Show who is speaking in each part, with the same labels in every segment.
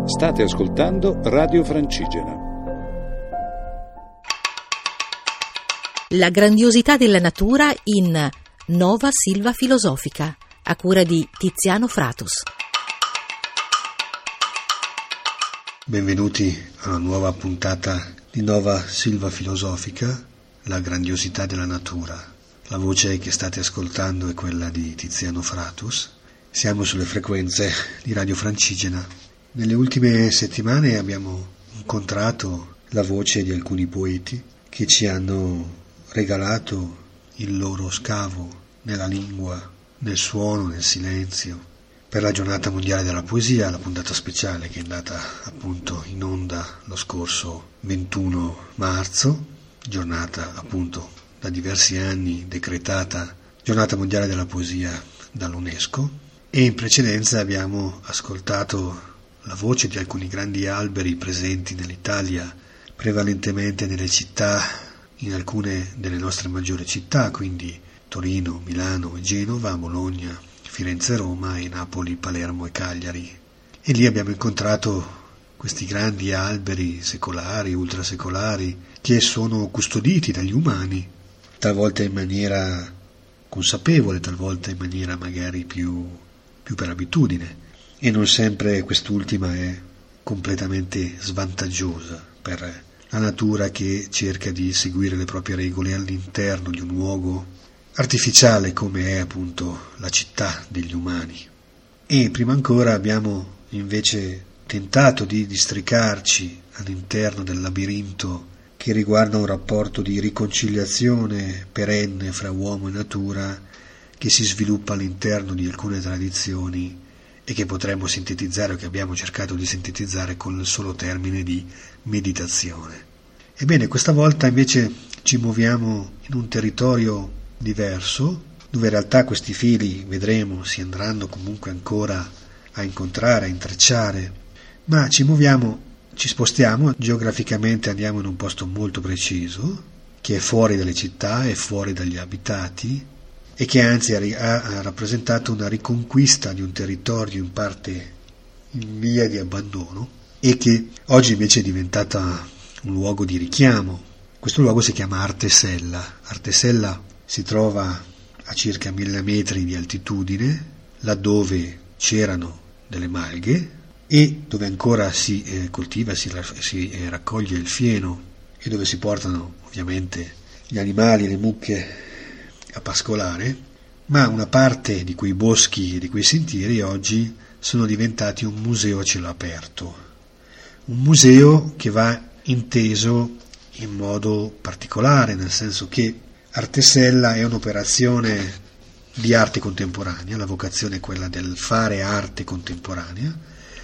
Speaker 1: State ascoltando Radio Francigena.
Speaker 2: La grandiosità della natura in Nova Silva Filosofica, a cura di Tiziano Fratus.
Speaker 3: Benvenuti a una nuova puntata di Nova Silva Filosofica, la grandiosità della natura. La voce che state ascoltando è quella di Tiziano Fratus. Siamo sulle frequenze di Radio Francigena. Nelle ultime settimane abbiamo incontrato la voce di alcuni poeti che ci hanno regalato il loro scavo nella lingua, nel suono, nel silenzio, per la giornata mondiale della poesia, la puntata speciale che è andata appunto in onda lo scorso 21 marzo, giornata appunto da diversi anni decretata giornata mondiale della poesia dall'UNESCO, e in precedenza abbiamo ascoltato la voce di alcuni grandi alberi presenti nell'Italia, prevalentemente nelle città, in alcune delle nostre maggiori città, quindi Torino, Milano e Genova, Bologna, Firenze, Roma e Napoli, Palermo e Cagliari. E lì abbiamo incontrato questi grandi alberi secolari, ultrasecolari, che sono custoditi dagli umani, talvolta in maniera consapevole, talvolta in maniera magari più per abitudine. E non sempre quest'ultima è completamente svantaggiosa per la natura che cerca di seguire le proprie regole all'interno di un luogo artificiale come è appunto la città degli umani. E prima ancora abbiamo invece tentato di districarci all'interno del labirinto che riguarda un rapporto di riconciliazione perenne fra uomo e natura che si sviluppa all'interno di alcune tradizioni e che potremmo sintetizzare, o che abbiamo cercato di sintetizzare, con il solo termine di meditazione. Ebbene, questa volta invece ci muoviamo in un territorio diverso, dove in realtà questi fili, vedremo, si andranno comunque ancora a incontrare, a intrecciare, ma ci spostiamo geograficamente, andiamo in un posto molto preciso, che è fuori dalle città e fuori dagli abitati, e che anzi ha rappresentato una riconquista di un territorio in parte in via di abbandono e che oggi invece è diventata un luogo di richiamo. Questo luogo si chiama Artesella. Artesella si trova a circa 1000 metri di altitudine, laddove c'erano delle malghe e dove ancora si coltiva, si raccoglie il fieno e dove si portano ovviamente gli animali, le mucche a pascolare, ma una parte di quei boschi e di quei sentieri oggi sono diventati un museo a cielo aperto, un museo che va inteso in modo particolare, nel senso che Artesella è un'operazione di arte contemporanea, la vocazione è quella del fare arte contemporanea,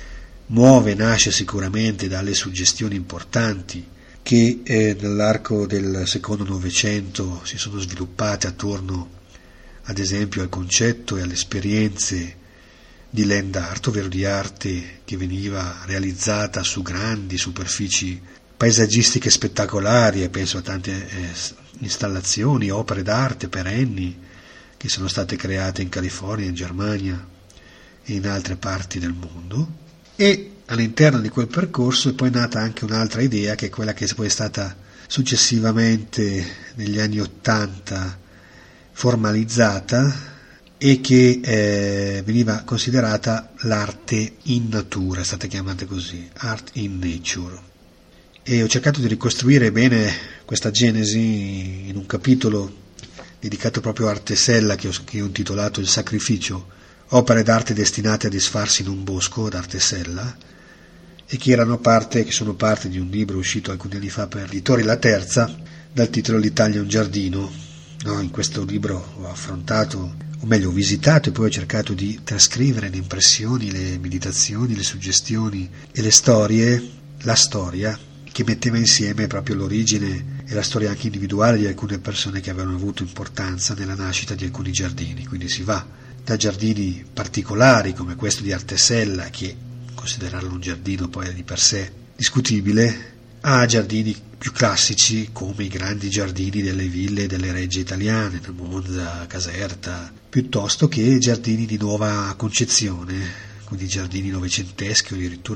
Speaker 3: nasce sicuramente dalle suggestioni importanti che nell'arco del secondo Novecento si sono sviluppate attorno ad esempio al concetto e alle esperienze di land art, ovvero di arte che veniva realizzata su grandi superfici paesaggistiche spettacolari, e penso a tante installazioni, opere d'arte perenni che sono state create in California, in Germania e in altre parti del mondo. E all'interno di quel percorso è poi nata anche un'altra idea, che è quella che poi è stata successivamente negli anni '80 formalizzata e che veniva considerata l'arte in natura, è stata chiamata così, art in nature. E ho cercato di ricostruire bene questa genesi in un capitolo dedicato proprio a Artesella che ho intitolato Il sacrificio, opere d'arte destinate a disfarsi in un bosco ad Artesella, e che sono parte di un libro uscito alcuni anni fa per Editori La Terza dal titolo L'Italia è un giardino. In questo libro ho affrontato, o meglio ho visitato e poi ho cercato di trascrivere le impressioni, le meditazioni, le suggestioni e le storie, la storia che metteva insieme proprio l'origine e la storia anche individuale di alcune persone che avevano avuto importanza nella nascita di alcuni giardini. Quindi si va da giardini particolari come questo di Artesella, che considerarlo un giardino poi è di per sé discutibile, a giardini più classici come i grandi giardini delle ville e delle regge italiane, Monza, Caserta, piuttosto che giardini di nuova concezione, quindi giardini novecenteschi o addirittura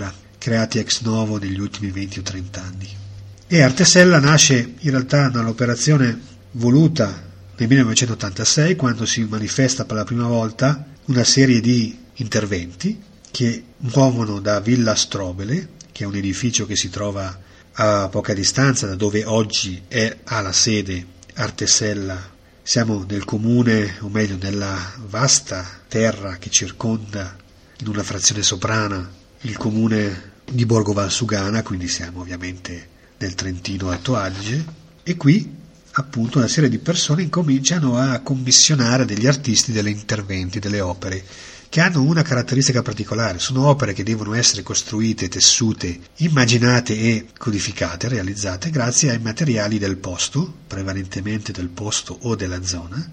Speaker 3: creati ex novo negli ultimi 20 o 30 anni. E Artesella nasce in realtà dall'operazione voluta nel 1986, quando si manifesta per la prima volta una serie di interventi che muovono da Villa Strobele, che è un edificio che si trova a poca distanza da dove oggi ha la sede Artesella. Siamo nel comune, o meglio nella vasta terra che circonda in una frazione soprana il comune di Borgo Valsugana, quindi siamo ovviamente nel Trentino Alto Adige, e qui appunto una serie di persone incominciano a commissionare degli artisti degli interventi, delle opere che hanno una caratteristica particolare. Sono opere che devono essere costruite, tessute, immaginate e codificate, realizzate grazie ai materiali del posto, prevalentemente del posto o della zona,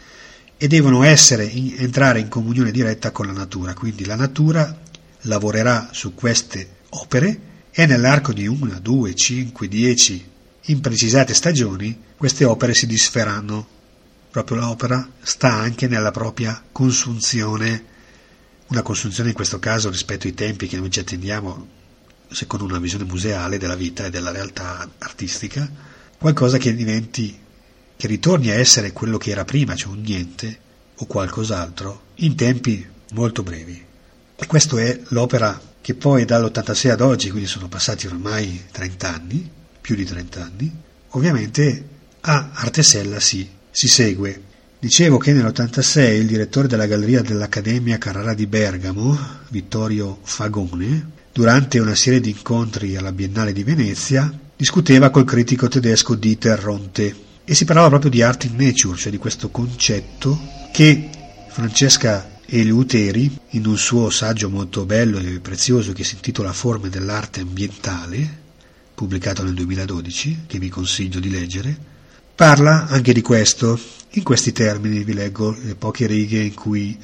Speaker 3: e devono entrare in comunione diretta con la natura. Quindi la natura lavorerà su queste opere e nell'arco di 1, 2, 5, 10 imprecisate stagioni queste opere si disferanno. Proprio l'opera sta anche nella propria consunzione, una consunzione in questo caso rispetto ai tempi che noi ci attendiamo, secondo una visione museale della vita e della realtà artistica, qualcosa che ritorni a essere quello che era prima, cioè un niente o qualcos'altro, in tempi molto brevi. E questa è l'opera che poi dall'86 ad oggi, quindi sono passati ormai 30 anni, più di 30 anni, ovviamente a Artesella si segue. Dicevo che nell'86 il direttore della galleria dell'Accademia Carrara di Bergamo, Vittorio Fagone, durante una serie di incontri alla Biennale di Venezia, discuteva col critico tedesco Dieter Ronte e si parlava proprio di art in nature, cioè di questo concetto che Francesca Eleuteri, in un suo saggio molto bello e prezioso che si intitola Forme dell'arte ambientale, pubblicato nel 2012, che vi consiglio di leggere, parla anche di questo. In questi termini vi leggo le poche righe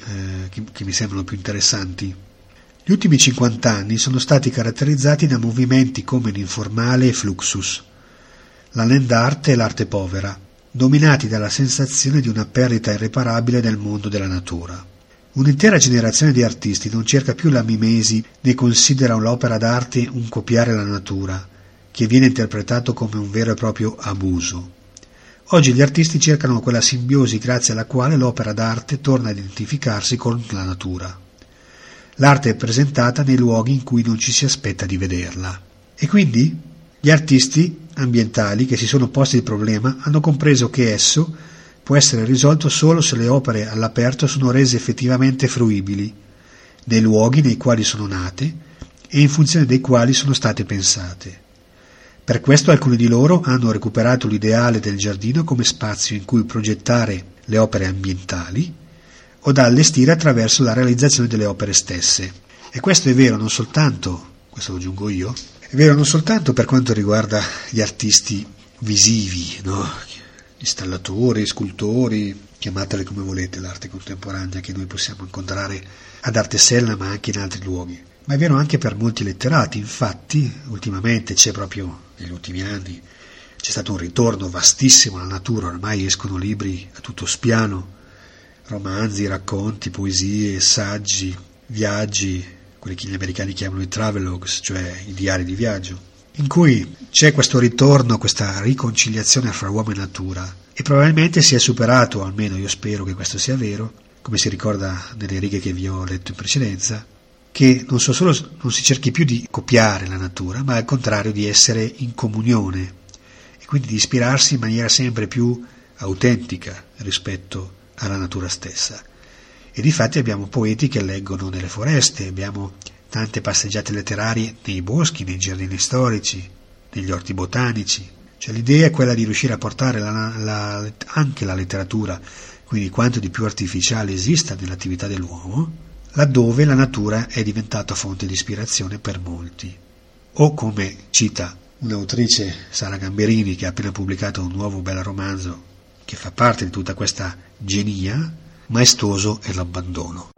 Speaker 3: che mi sembrano più interessanti. Gli ultimi 50 anni sono stati caratterizzati da movimenti come l'informale e Fluxus, la land art e l'arte povera, dominati dalla sensazione di una perdita irreparabile del mondo della natura. Un'intera generazione di artisti non cerca più la mimesi né considera l'opera d'arte un copiare la natura, che viene interpretato come un vero e proprio abuso. Oggi gli artisti cercano quella simbiosi grazie alla quale l'opera d'arte torna a identificarsi con la natura. L'arte è presentata nei luoghi in cui non ci si aspetta di vederla. E quindi gli artisti ambientali che si sono posti il problema hanno compreso che esso può essere risolto solo se le opere all'aperto sono rese effettivamente fruibili, nei luoghi nei quali sono nate e in funzione dei quali sono state pensate. Per questo alcuni di loro hanno recuperato l'ideale del giardino come spazio in cui progettare le opere ambientali o da allestire attraverso la realizzazione delle opere stesse. E questo è vero non soltanto, questo lo aggiungo io, è vero non soltanto per quanto riguarda gli artisti visivi, no? Installatori, scultori, chiamatele come volete, l'arte contemporanea che noi possiamo incontrare ad Artesella ma anche in altri luoghi. Ma è vero anche per molti letterati. Infatti ultimamente negli ultimi anni c'è stato un ritorno vastissimo alla natura, ormai escono libri a tutto spiano, romanzi, racconti, poesie, saggi, viaggi, quelli che gli americani chiamano i travelogues, cioè i diari di viaggio, in cui c'è questo ritorno, questa riconciliazione fra uomo e natura, e probabilmente si è superato, almeno io spero che questo sia vero, come si ricorda nelle righe che vi ho letto in precedenza, che non si cerchi più di copiare la natura, ma al contrario di essere in comunione e quindi di ispirarsi in maniera sempre più autentica rispetto alla natura stessa. E difatti abbiamo poeti che leggono nelle foreste, abbiamo tante passeggiate letterarie nei boschi, nei giardini storici, negli orti botanici. Cioè l'idea è quella di riuscire a portare anche la letteratura, quindi quanto di più artificiale esista nell'attività dell'uomo, laddove la natura è diventata fonte di ispirazione per molti. O come cita un'autrice, Sara Gamberini, che ha appena pubblicato un nuovo bel romanzo che fa parte di tutta questa genia, maestoso è l'abbandono.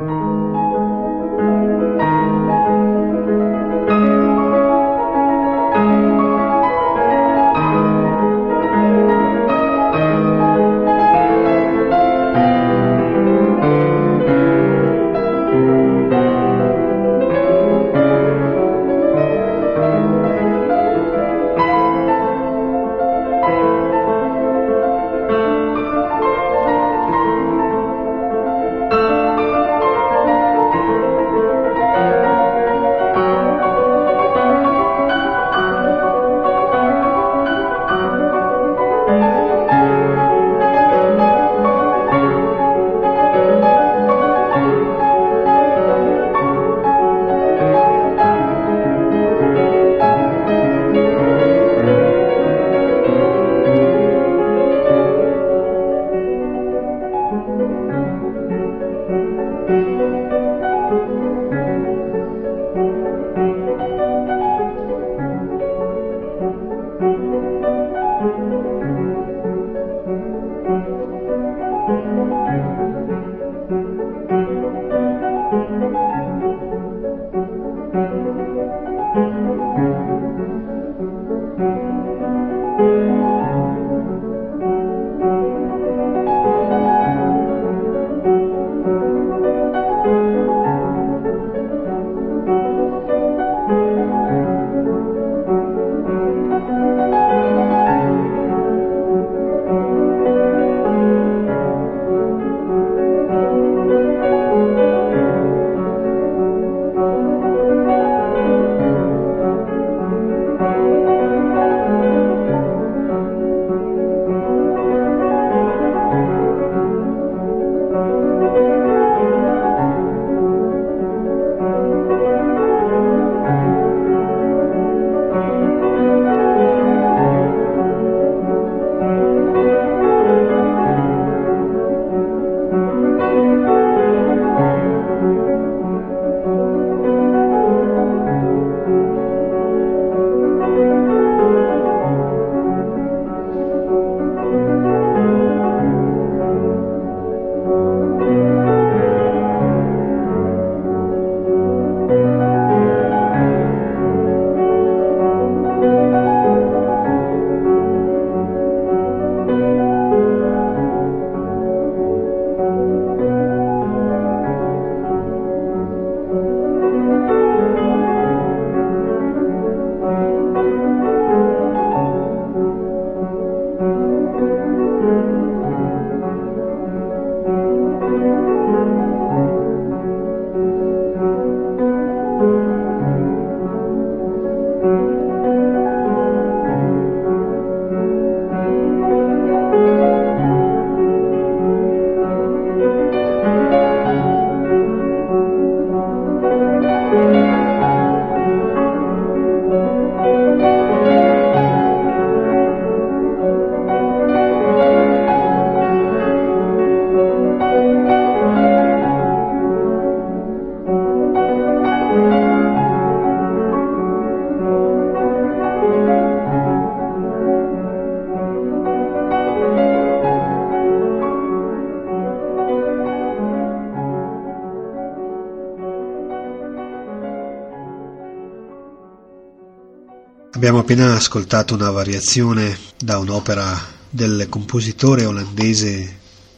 Speaker 3: Abbiamo appena ascoltato una variazione da un'opera del compositore olandese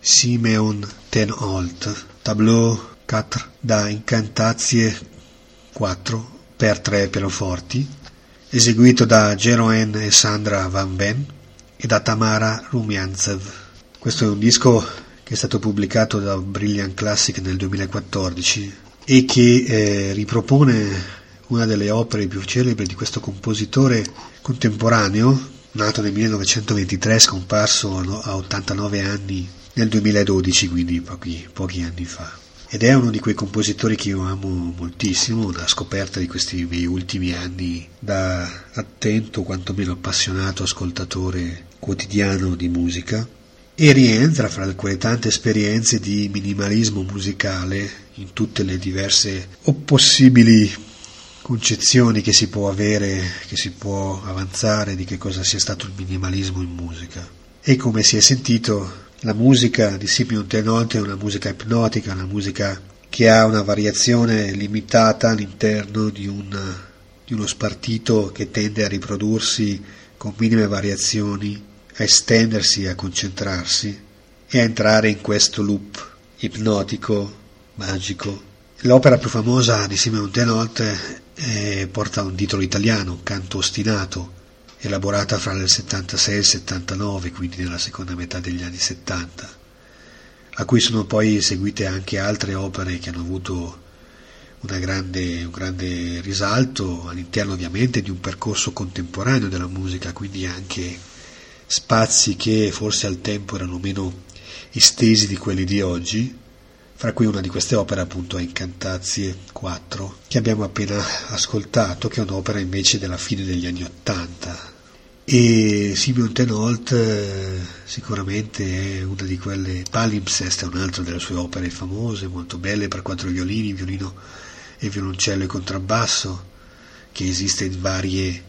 Speaker 3: Simeon ten Holt, Tableau 4 da Incantatie 4 per 3 pianoforti, eseguito da Jeroen e Sandra Van Ven e da Tamara Rumiantsev. Questo è un disco che è stato pubblicato da Brilliant Classic nel 2014 e che ripropone una delle opere più celebri di questo compositore contemporaneo, nato nel 1923, scomparso a 89 anni nel 2012, quindi pochi anni fa. Ed è uno di quei compositori che io amo moltissimo, una scoperta di questi miei ultimi anni da attento, quantomeno appassionato ascoltatore quotidiano di musica, e rientra fra quelle tante esperienze di minimalismo musicale in tutte le diverse o possibili concezioni che si può avere, che si può avanzare di che cosa sia stato il minimalismo in musica. E come si è sentito, la musica di Simeon ten Holt è una musica ipnotica, una musica che ha una variazione limitata all'interno di uno spartito che tende a riprodursi con minime variazioni, a estendersi, a concentrarsi e a entrare in questo loop ipnotico, magico. L'opera più famosa di Simeon ten Holt porta un titolo italiano, Canto ostinato, elaborata fra il 76 e il 79, quindi nella seconda metà degli anni 70, a cui sono poi seguite anche altre opere che hanno avuto un grande risalto all'interno ovviamente di un percorso contemporaneo della musica, quindi anche spazi che forse al tempo erano meno estesi di quelli di oggi, fra cui una di queste opere appunto è Incantatie 4, che abbiamo appena ascoltato, che è un'opera invece della fine degli anni 80. E Simeon ten Holt sicuramente è una di quelle, Palimpsest è un'altra delle sue opere famose, molto belle, per 4 violini, violino e violoncello e contrabbasso, che esiste in varie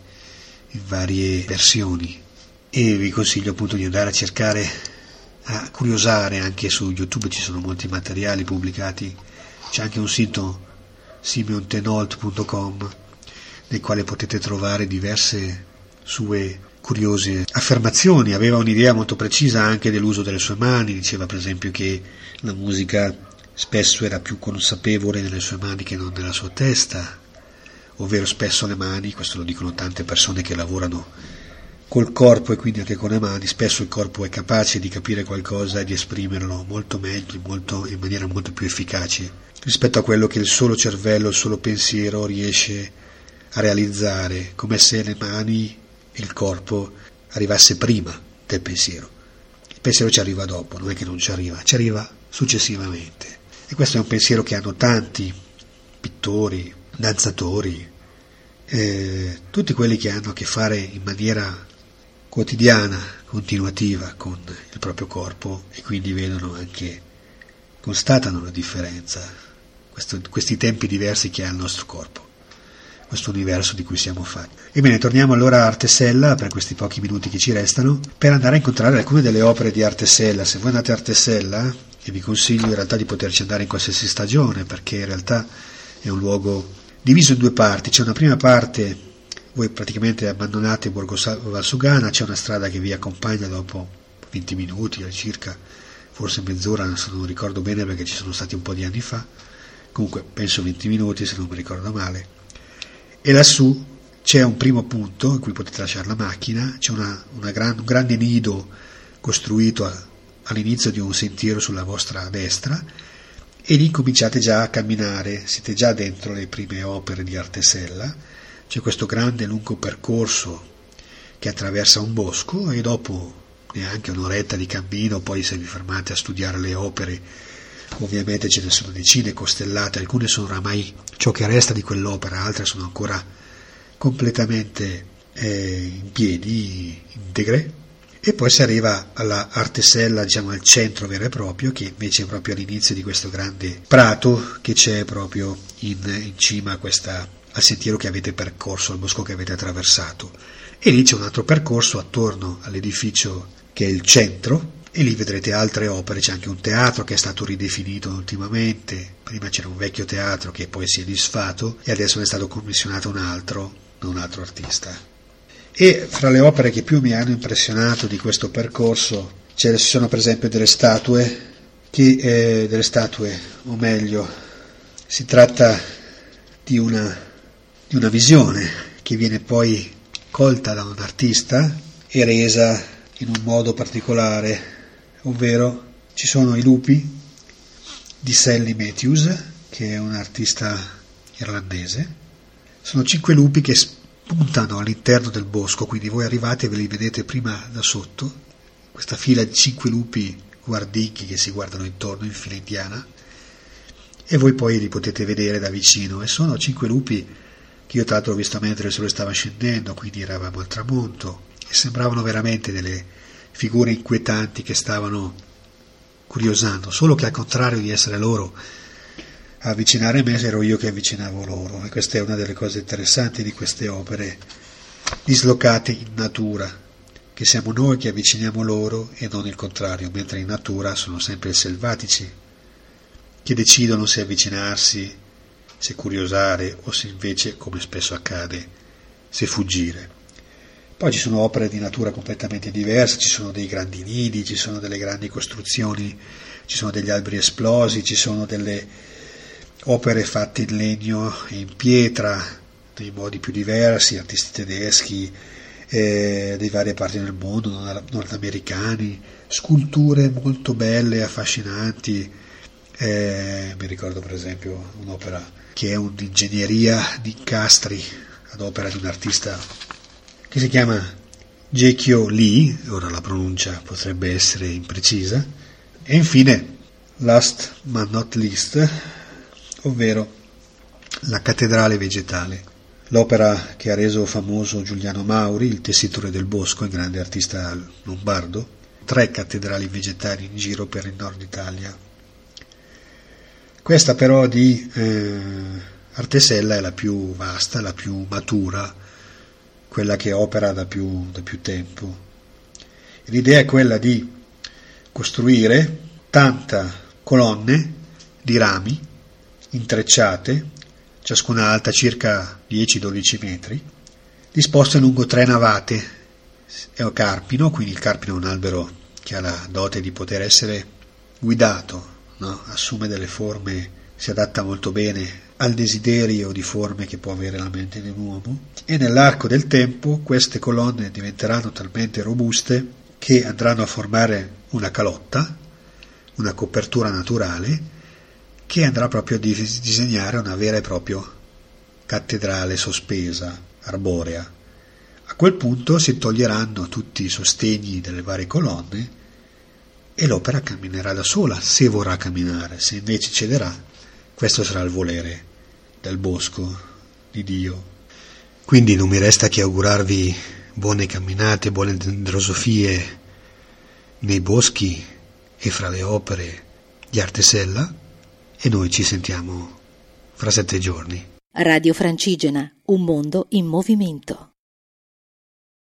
Speaker 3: versioni, e vi consiglio appunto di andare a cercare, a curiosare. Anche su YouTube ci sono molti materiali pubblicati, c'è anche un sito simeontenholt.com nel quale potete trovare diverse sue curiose affermazioni. Aveva un'idea molto precisa anche dell'uso delle sue mani, diceva per esempio che la musica spesso era più consapevole nelle sue mani che non nella sua testa, ovvero spesso le mani, questo lo dicono tante persone che lavorano col corpo e quindi anche con le mani, spesso il corpo è capace di capire qualcosa e di esprimerlo molto meglio, in maniera molto più efficace rispetto a quello che il solo cervello, il solo pensiero riesce a realizzare, come se le mani e il corpo arrivasse prima del pensiero. Il pensiero ci arriva dopo, non è che non ci arriva successivamente. E questo è un pensiero che hanno tanti pittori, danzatori, tutti quelli che hanno a che fare in maniera quotidiana, continuativa con il proprio corpo e quindi vedono anche, constatano la differenza, questi tempi diversi che ha il nostro corpo, questo universo di cui siamo fatti. Ebbene, torniamo allora a Artesella per questi pochi minuti che ci restano, per andare a incontrare alcune delle opere di Artesella. Se voi andate a Artesella, e vi consiglio in realtà di poterci andare in qualsiasi stagione, perché in realtà è un luogo diviso in due parti. C'è una prima parte, voi praticamente abbandonate Borgo Valsugana, c'è una strada che vi accompagna dopo 20 minuti circa, forse mezz'ora, non ricordo bene perché ci sono stati un po' di anni fa, comunque penso 20 minuti se non mi ricordo male, e lassù c'è un primo punto in cui potete lasciare la macchina, c'è un grande nido costruito all'inizio di un sentiero sulla vostra destra, e lì cominciate già a camminare, siete già dentro le prime opere di Artesella. C'è questo grande lungo percorso che attraversa un bosco e dopo neanche un'oretta di cammino, poi se vi fermate a studiare le opere, ovviamente ce ne sono decine costellate, alcune sono oramai ciò che resta di quell'opera, altre sono ancora completamente in piedi, integre, e poi si arriva alla Artesella, diciamo al centro vero e proprio, che invece è proprio all'inizio di questo grande prato che c'è proprio in cima al sentiero che avete percorso, al bosco che avete attraversato, e lì c'è un altro percorso attorno all'edificio che è il centro, e lì vedrete altre opere. C'è anche un teatro che è stato ridefinito ultimamente, prima c'era un vecchio teatro che poi si è disfatto e adesso ne è stato commissionato un altro da un altro artista. E fra le opere che più mi hanno impressionato di questo percorso ci sono per esempio delle statue, o meglio si tratta di una visione che viene poi colta da un artista e resa in un modo particolare, ovvero ci sono i lupi di Sally Matthews, che è un artista irlandese. Sono 5 lupi che spuntano all'interno del bosco, quindi voi arrivate e ve li vedete prima da sotto, questa fila di 5 lupi guardinchi che si guardano intorno in fila indiana, e voi poi li potete vedere da vicino, e sono 5 lupi che io tra l'altro ho visto mentre il sole stava scendendo, quindi eravamo al tramonto, e sembravano veramente delle figure inquietanti che stavano curiosando, solo che al contrario di essere loro a avvicinare me, ero io che avvicinavo loro. E questa è una delle cose interessanti di queste opere dislocate in natura, che siamo noi che avviciniamo loro e non il contrario, mentre in natura sono sempre i selvatici che decidono se avvicinarsi, se curiosare o se invece, come spesso accade, se fuggire. Poi ci sono opere di natura completamente diverse, ci sono dei grandi nidi, ci sono delle grandi costruzioni, ci sono degli alberi esplosi, ci sono delle opere fatte in legno e in pietra, nei modi più diversi, artisti tedeschi, di varie parti del mondo, nordamericani, sculture molto belle, affascinanti. Mi ricordo per esempio un'opera che è un'ingegneria di incastri ad opera di un artista che si chiama Jaekyo Lee, ora la pronuncia potrebbe essere imprecisa, e infine, last but not least, ovvero la cattedrale vegetale, l'opera che ha reso famoso Giuliano Mauri, il tessitore del bosco, il grande artista lombardo, 3 cattedrali vegetali in giro per il nord Italia. Questa però di Artesella è la più vasta, la più matura, quella che opera da più tempo. L'idea è quella di costruire tante colonne di rami intrecciate ciascuna alta circa 10-12 metri, disposte lungo 3 navate. È un carpino, quindi il carpino è un albero che ha la dote di poter essere guidato, no? Assume delle forme, si adatta molto bene al desiderio di forme che può avere la mente dell'uomo, e nell'arco del tempo queste colonne diventeranno talmente robuste che andranno a formare una calotta, una copertura naturale che andrà proprio a disegnare una vera e propria cattedrale sospesa, arborea. A quel punto si toglieranno tutti i sostegni delle varie colonne e l'opera camminerà da sola, se vorrà camminare. Se invece cederà, questo sarà il volere del bosco di Dio. Quindi non mi resta che augurarvi buone camminate, buone drosofie nei boschi e fra le opere di Artesella, e noi ci sentiamo fra 7 giorni.
Speaker 2: Radio Francigena, un mondo in movimento.